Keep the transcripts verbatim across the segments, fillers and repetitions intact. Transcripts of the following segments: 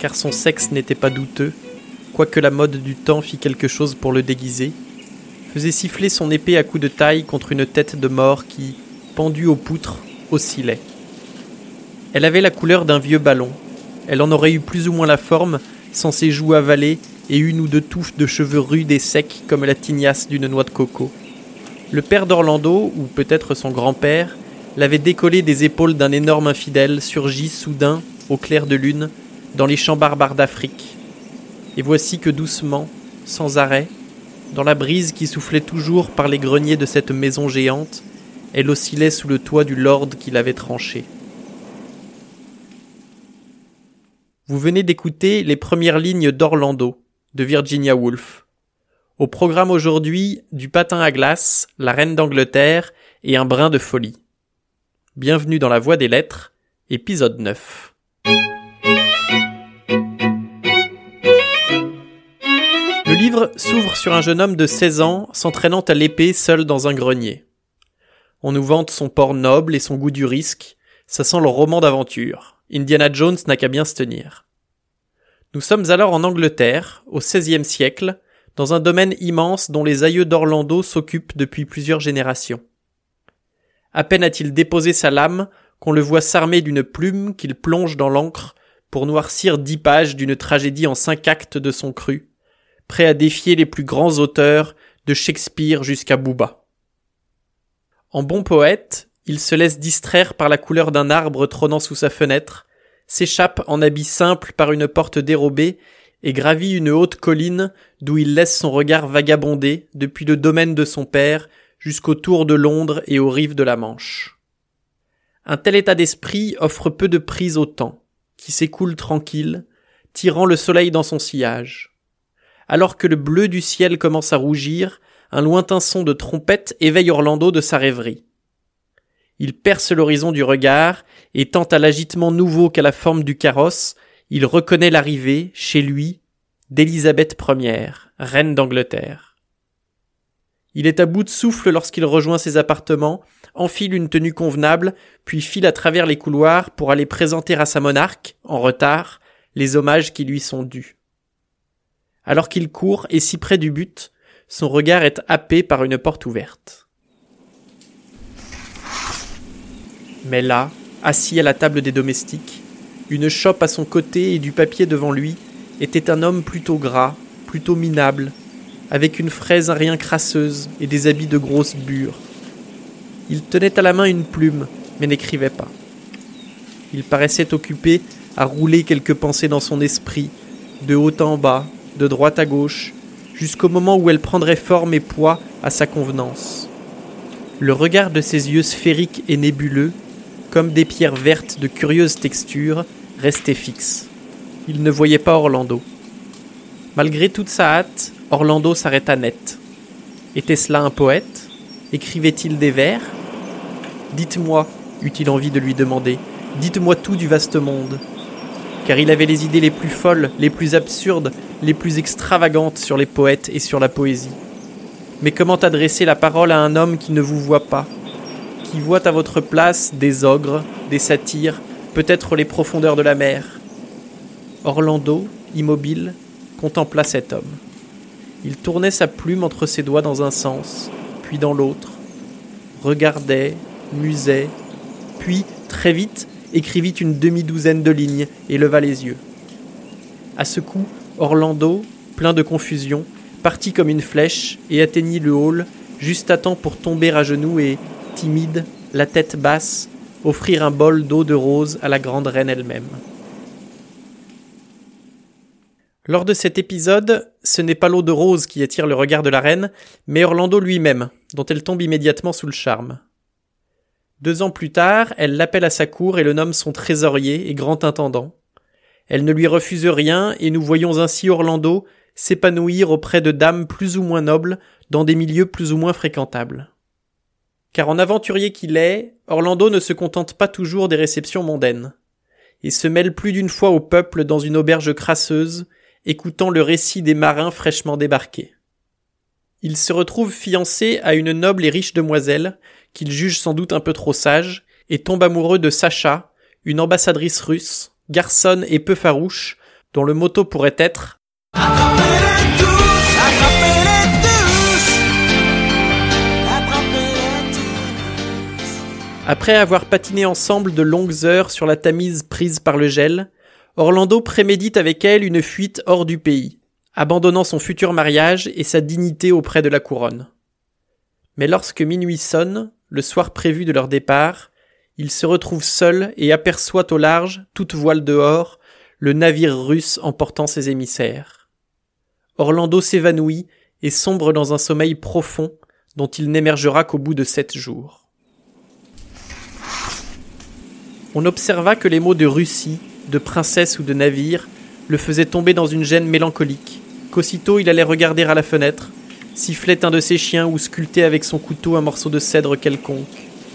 car son sexe n'était pas douteux, quoique la mode du temps fît quelque chose pour le déguiser, faisait siffler son épée à coups de taille contre une tête de mort qui, pendue aux poutres, oscillait. Elle avait la couleur d'un vieux ballon. Elle en aurait eu plus ou moins la forme, sans ses joues avalées et une ou deux touffes de cheveux rudes et secs comme la tignasse d'une noix de coco. Le père d'Orlando, ou peut-être son grand-père, l'avait décollé des épaules d'un énorme infidèle surgi soudain, au clair de lune, dans les champs barbares d'Afrique. Et voici que doucement, sans arrêt, dans la brise qui soufflait toujours par les greniers de cette maison géante, elle oscillait sous le toit du lord qui l'avait tranchée. Vous venez d'écouter les premières lignes d'Orlando, de Virginia Woolf. Au programme aujourd'hui, du patin à glace, la reine d'Angleterre et un brin de folie. Bienvenue dans la Voie des Lettres, épisode neuf. Le livre s'ouvre sur un jeune homme de seize ans s'entraînant à l'épée seul dans un grenier. On nous vante son port noble et son goût du risque, ça sent le roman d'aventure. Indiana Jones n'a qu'à bien se tenir. Nous sommes alors en Angleterre, au seizième siècle, dans un domaine immense dont les aïeux d'Orlando s'occupent depuis plusieurs générations. À peine a-t-il déposé sa lame qu'on le voit s'armer d'une plume qu'il plonge dans l'encre pour noircir dix pages d'une tragédie en cinq actes de son cru, prêt à défier les plus grands auteurs, de Shakespeare jusqu'à Booba. En bon poète, il se laisse distraire par la couleur d'un arbre trônant sous sa fenêtre, s'échappe en habit simple par une porte dérobée et gravit une haute colline d'où il laisse son regard vagabonder depuis le domaine de son père jusqu'aux tours de Londres et aux rives de la Manche. Un tel état d'esprit offre peu de prise au temps, qui s'écoule tranquille, tirant le soleil dans son sillage. Alors que le bleu du ciel commence à rougir, un lointain son de trompette éveille Orlando de sa rêverie. Il perce l'horizon du regard, et tant à l'agitement nouveau qu'à la forme du carrosse, il reconnaît l'arrivée, chez lui, d'Élisabeth Première, reine d'Angleterre. Il est à bout de souffle lorsqu'il rejoint ses appartements, enfile une tenue convenable, puis file à travers les couloirs pour aller présenter à sa monarque, en retard, les hommages qui lui sont dus. Alors qu'il court, et si près du but, son regard est happé par une porte ouverte. Mais là, assis à la table des domestiques, une chope à son côté et du papier devant lui, était un homme plutôt gras, plutôt minable, avec une fraise à rien crasseuse et des habits de grosse bure. Il tenait à la main une plume, mais n'écrivait pas. Il paraissait occupé à rouler quelques pensées dans son esprit, de haut en bas, de droite à gauche, jusqu'au moment où elles prendraient forme et poids à sa convenance. Le regard de ses yeux sphériques et nébuleux, comme des pierres vertes de curieuse texture, restait fixe. Il ne voyait pas Orlando. Malgré toute sa hâte, Orlando s'arrêta net. Était-ce là un poète ? Écrivait-il des vers ? Dites-moi, eut-il envie de lui demander, dites-moi tout du vaste monde. Car il avait les idées les plus folles, les plus absurdes, les plus extravagantes sur les poètes et sur la poésie. Mais comment adresser la parole à un homme qui ne vous voit pas ? Qui voit à votre place des ogres, des satyres, peut-être les profondeurs de la mer. Orlando, immobile, contempla cet homme. Il tournait sa plume entre ses doigts dans un sens, puis dans l'autre, regardait, musait, puis, très vite, écrivit une demi-douzaine de lignes et leva les yeux. À ce coup, Orlando, plein de confusion, partit comme une flèche et atteignit le hall, juste à temps pour tomber à genoux et, timide, la tête basse, offrir un bol d'eau de rose à la grande reine elle-même. Lors de cet épisode, ce n'est pas l'eau de rose qui attire le regard de la reine, mais Orlando lui-même, dont elle tombe immédiatement sous le charme. Deux ans plus tard, elle l'appelle à sa cour et le nomme son trésorier et grand intendant. Elle ne lui refuse rien et nous voyons ainsi Orlando s'épanouir auprès de dames plus ou moins nobles dans des milieux plus ou moins fréquentables. Car en aventurier qu'il est, Orlando ne se contente pas toujours des réceptions mondaines, et se mêle plus d'une fois au peuple dans une auberge crasseuse, écoutant le récit des marins fraîchement débarqués. Il se retrouve fiancé à une noble et riche demoiselle, qu'il juge sans doute un peu trop sage, et tombe amoureux de Sacha, une ambassadrice russe, garçonne et peu farouche, dont le motto pourrait être « Attrapez-les tous, attrapez-les tous, attrapez-les tous ». Après avoir patiné ensemble de longues heures sur la Tamise prise par le gel, Orlando prémédite avec elle une fuite hors du pays, abandonnant son futur mariage et sa dignité auprès de la couronne. Mais lorsque minuit sonne, le soir prévu de leur départ, il se retrouve seul et aperçoit au large, toute voile dehors, le navire russe emportant ses émissaires. Orlando s'évanouit et sombre dans un sommeil profond dont il n'émergera qu'au bout de sept jours. On observa que les mots de Russie, de princesse ou de navire le faisaient tomber dans une gêne mélancolique, qu'aussitôt il allait regarder à la fenêtre, sifflait un de ses chiens ou sculptait avec son couteau un morceau de cèdre quelconque.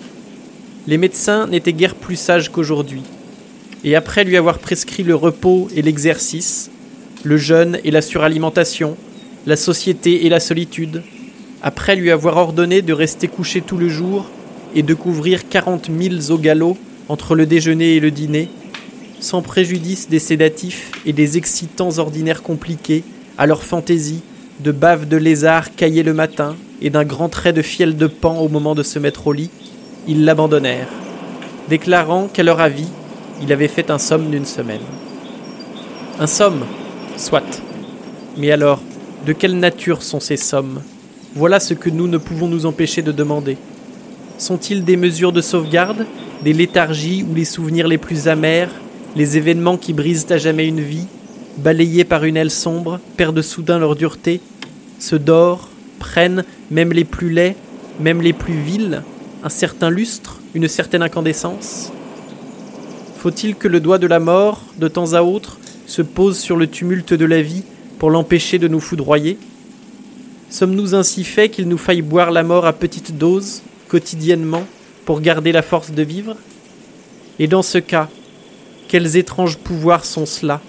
Les médecins n'étaient guère plus sages qu'aujourd'hui, et après lui avoir prescrit le repos et l'exercice, le jeûne et la suralimentation, la société et la solitude, après lui avoir ordonné de rester couché tout le jour et de couvrir quarante milles au galop entre le déjeuner et le dîner, sans préjudice des sédatifs et des excitants ordinaires compliqués à leur fantaisie, de bave de lézard caillés le matin et d'un grand trait de fiel de paon au moment de se mettre au lit, ils l'abandonnèrent, déclarant qu'à leur avis, il avait fait un somme d'une semaine. Un somme, soit. Mais alors, de quelle nature sont ces sommes ? Voilà ce que nous ne pouvons nous empêcher de demander. Sont-ils des mesures de sauvegarde, des léthargies ou les souvenirs les plus amers, les événements qui brisent à jamais une vie, balayés par une aile sombre, perdent soudain leur dureté, se dorent, prennent, même les plus laids, même les plus vils, un certain lustre, une certaine incandescence ? Faut-il que le doigt de la mort, de temps à autre, se pose sur le tumulte de la vie pour l'empêcher de nous foudroyer ? Sommes-nous ainsi faits qu'il nous faille boire la mort à petite dose, quotidiennement, pour garder la force de vivre ? Et dans ce cas, quels étranges pouvoirs sont ceux-là,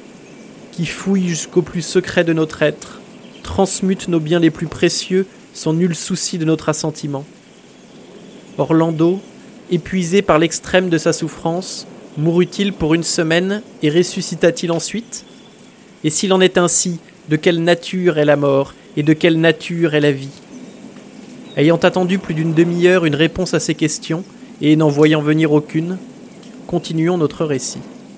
qui fouillent jusqu'au plus secret de notre être, transmutent nos biens les plus précieux sans nul souci de notre assentiment ? Orlando, épuisé par l'extrême de sa souffrance, mourut-il pour une semaine et ressuscita-t-il ensuite ? Et s'il en est ainsi, de quelle nature est la mort et de quelle nature est la vie ? Ayant attendu plus d'une demi-heure une réponse à ces questions et n'en voyant venir aucune, continuons notre récit.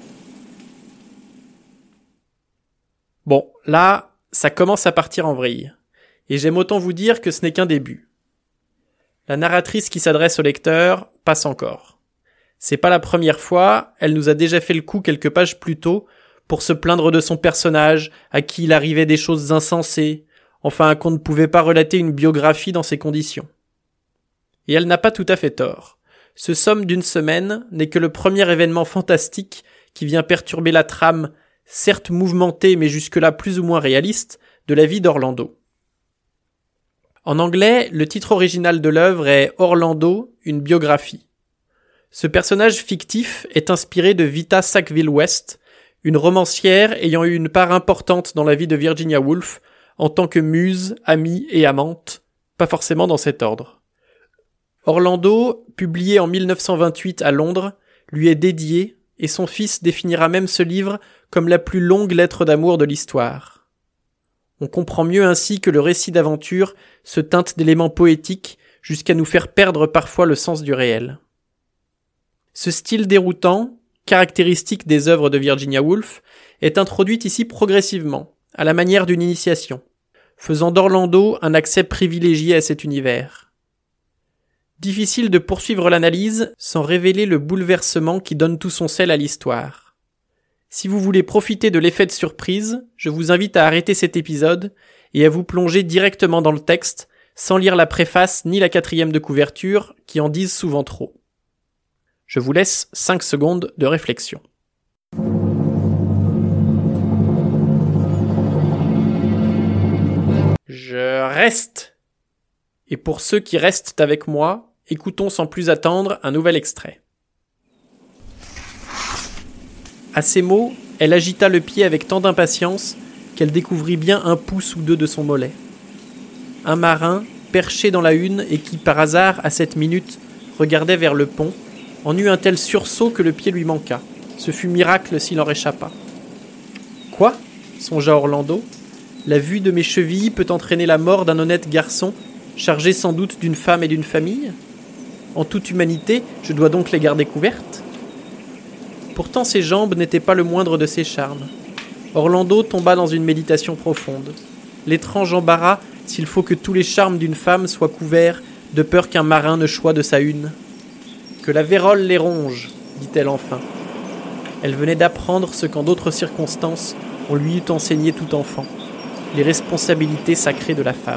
Bon, là, ça commence à partir en vrille. Et j'aime autant vous dire que ce n'est qu'un début. La narratrice qui s'adresse au lecteur passe encore. C'est pas la première fois, elle nous a déjà fait le coup quelques pages plus tôt pour se plaindre de son personnage, à qui il arrivait des choses insensées, enfin qu'on ne pouvait pas relater une biographie dans ces conditions. Et elle n'a pas tout à fait tort. Ce somme d'une semaine n'est que le premier événement fantastique qui vient perturber la trame, certes mouvementée mais jusque-là plus ou moins réaliste, de la vie d'Orlando. En anglais, le titre original de l'œuvre est Orlando, une biographie. Ce personnage fictif est inspiré de Vita Sackville-West, une romancière ayant eu une part importante dans la vie de Virginia Woolf en tant que muse, amie et amante, pas forcément dans cet ordre. Orlando, publié en mille neuf cent vingt-huit à Londres, lui est dédié et son fils définira même ce livre comme la plus longue lettre d'amour de l'histoire. On comprend mieux ainsi que le récit d'aventure se teinte d'éléments poétiques jusqu'à nous faire perdre parfois le sens du réel. Ce style déroutant, caractéristique des œuvres de Virginia Woolf, est introduit ici progressivement, à la manière d'une initiation, faisant d'Orlando un accès privilégié à cet univers. Difficile de poursuivre l'analyse sans révéler le bouleversement qui donne tout son sel à l'histoire. Si vous voulez profiter de l'effet de surprise, je vous invite à arrêter cet épisode et à vous plonger directement dans le texte, sans lire la préface ni la quatrième de couverture, qui en disent souvent trop. Je vous laisse cinq secondes de réflexion. Je reste. Et pour ceux qui restent avec moi, écoutons sans plus attendre un nouvel extrait. À ces mots, elle agita le pied avec tant d'impatience qu'elle découvrit bien un pouce ou deux de son mollet. Un marin, perché dans la hune et qui, par hasard, à cette minute, regardait vers le pont, en eut un tel sursaut que le pied lui manqua. Ce fut miracle s'il en réchappa. songea Orlando. La vue de mes chevilles peut entraîner la mort d'un honnête garçon, chargé sans doute d'une femme et d'une famille. En toute humanité, je dois donc les garder couvertes. Pourtant ses jambes n'étaient pas le moindre de ses charmes. Orlando tomba dans une méditation profonde. L'étrange embarras s'il faut que tous les charmes d'une femme soient couverts de peur qu'un marin ne choie de sa une. Que la vérole les ronge, dit-elle enfin. Elle venait d'apprendre ce qu'en d'autres circonstances on lui eût enseigné tout enfant, les responsabilités sacrées de la femme.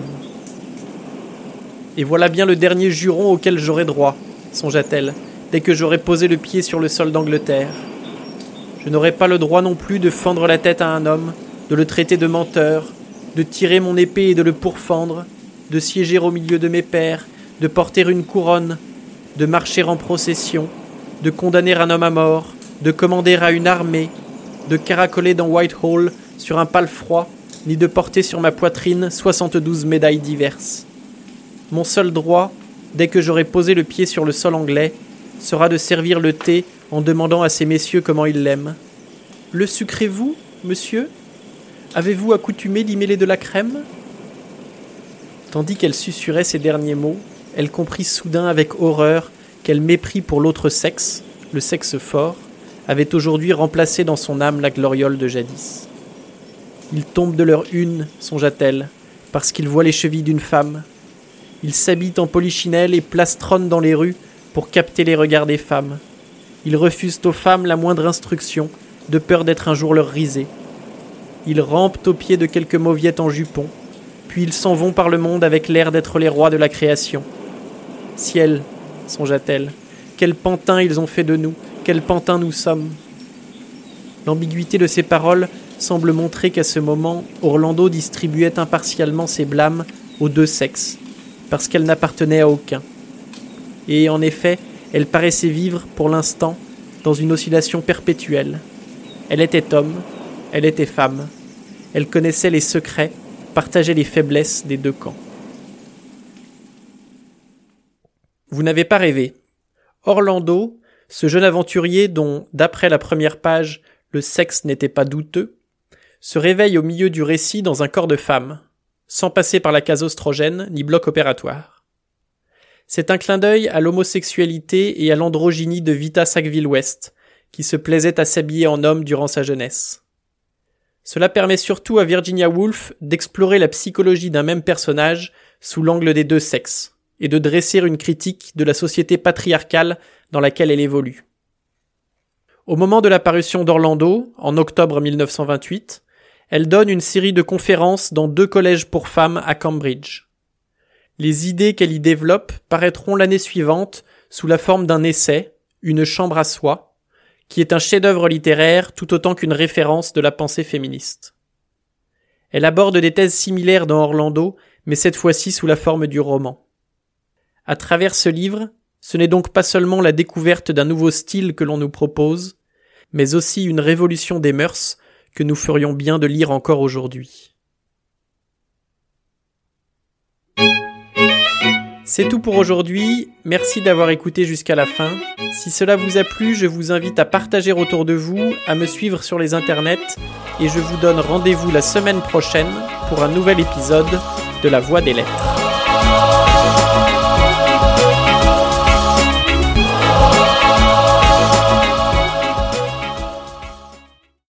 Et voilà bien le dernier juron auquel j'aurai droit, songea-t-elle, dès que j'aurai posé le pied sur le sol d'Angleterre. Je n'aurai pas le droit non plus de fendre la tête à un homme, de le traiter de menteur, de tirer mon épée et de le pourfendre, de siéger au milieu de mes pairs, de porter une couronne, de marcher en procession, de condamner un homme à mort, de commander à une armée, de caracoler dans Whitehall sur un pal froid, ni de porter sur ma poitrine soixante-douze médailles diverses. Mon seul droit, dès que j'aurai posé le pied sur le sol anglais, sera de servir le thé en demandant à ces messieurs comment ils l'aiment. « Le sucrez-vous, monsieur ? Avez-vous accoutumé d'y mêler de la crème ?» Tandis qu'elle susurrait ces derniers mots, elle comprit soudain avec horreur quel mépris pour l'autre sexe, le sexe fort, avait aujourd'hui remplacé dans son âme la gloriole de jadis. Ils tombent de leur une, songea-t-elle, parce qu'ils voient les chevilles d'une femme. Ils s'habillent en polichinelle et plastronnent dans les rues pour capter les regards des femmes. Ils refusent aux femmes la moindre instruction, de peur d'être un jour leur risée. Ils rampent au pied de quelques mauviettes en jupon, puis ils s'en vont par le monde avec l'air d'être les rois de la création. Ciel, songea-t-elle, quel pantin ils ont fait de nous, quel pantin nous sommes. L'ambiguïté de ses paroles semble montrer qu'à ce moment, Orlando distribuait impartialement ses blâmes aux deux sexes, parce qu'elle n'appartenait à aucun. Et en effet, elle paraissait vivre, pour l'instant, dans une oscillation perpétuelle. Elle était homme, elle était femme. Elle connaissait les secrets, partageait les faiblesses des deux camps. Vous n'avez pas rêvé. Orlando, ce jeune aventurier dont, d'après la première page, le sexe n'était pas douteux, se réveille au milieu du récit dans un corps de femme, sans passer par la case oestrogène ni bloc opératoire. C'est un clin d'œil à l'homosexualité et à l'androgynie de Vita Sackville-West, qui se plaisait à s'habiller en homme durant sa jeunesse. Cela permet surtout à Virginia Woolf d'explorer la psychologie d'un même personnage sous l'angle des deux sexes, et de dresser une critique de la société patriarcale dans laquelle elle évolue. Au moment de la parution d'Orlando, en octobre mille neuf cent vingt-huit, elle donne une série de conférences dans deux collèges pour femmes à Cambridge. Les idées qu'elle y développe paraîtront l'année suivante sous la forme d'un essai, Une chambre à soi, qui est un chef-d'œuvre littéraire tout autant qu'une référence de la pensée féministe. Elle aborde des thèses similaires dans Orlando, mais cette fois-ci sous la forme du roman. À travers ce livre, ce n'est donc pas seulement la découverte d'un nouveau style que l'on nous propose, mais aussi une révolution des mœurs que nous ferions bien de lire encore aujourd'hui. C'est tout pour aujourd'hui, merci d'avoir écouté jusqu'à la fin. Si cela vous a plu, je vous invite à partager autour de vous, à me suivre sur les internets, et je vous donne rendez-vous la semaine prochaine pour un nouvel épisode de La Voix des Lettres.